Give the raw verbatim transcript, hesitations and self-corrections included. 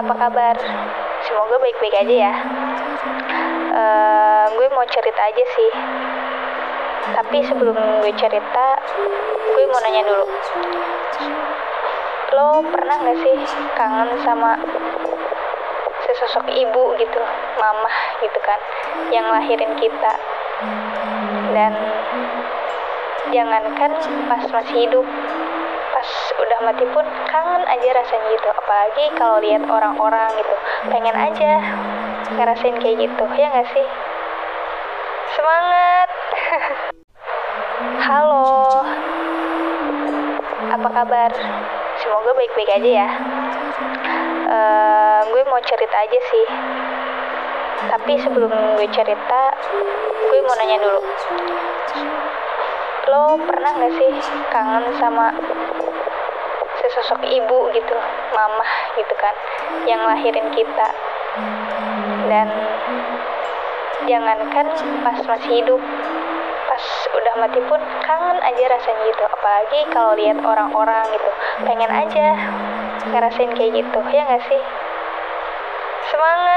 Apa kabar? Semoga baik-baik aja ya. Uh, gue mau cerita aja sih. Tapi sebelum gue cerita, gue mau nanya dulu. Lo pernah gak sih kangen sama sesosok ibu gitu, mamah gitu kan, yang lahirin kita? Dan jangankan pas masih hidup, pas udah mati pun kangen aja rasanya gitu. Apalagi kalau lihat orang-orang gitu, pengen aja ngerasain kayak gitu, ya nggak sih? Semangat. Halo, apa kabar? Semoga baik-baik aja ya. Uh, gue mau cerita aja sih. Tapi sebelum gue cerita, gue mau nanya dulu. Lo pernah gak sih kangen sama sesosok ibu gitu, mamah gitu kan, yang lahirin kita? Dan jangankan pas masih hidup, pas udah mati pun kangen aja rasanya gitu. Apalagi kalau lihat orang-orang gitu, pengen aja ngerasain kayak gitu, ya gak sih? Semangat.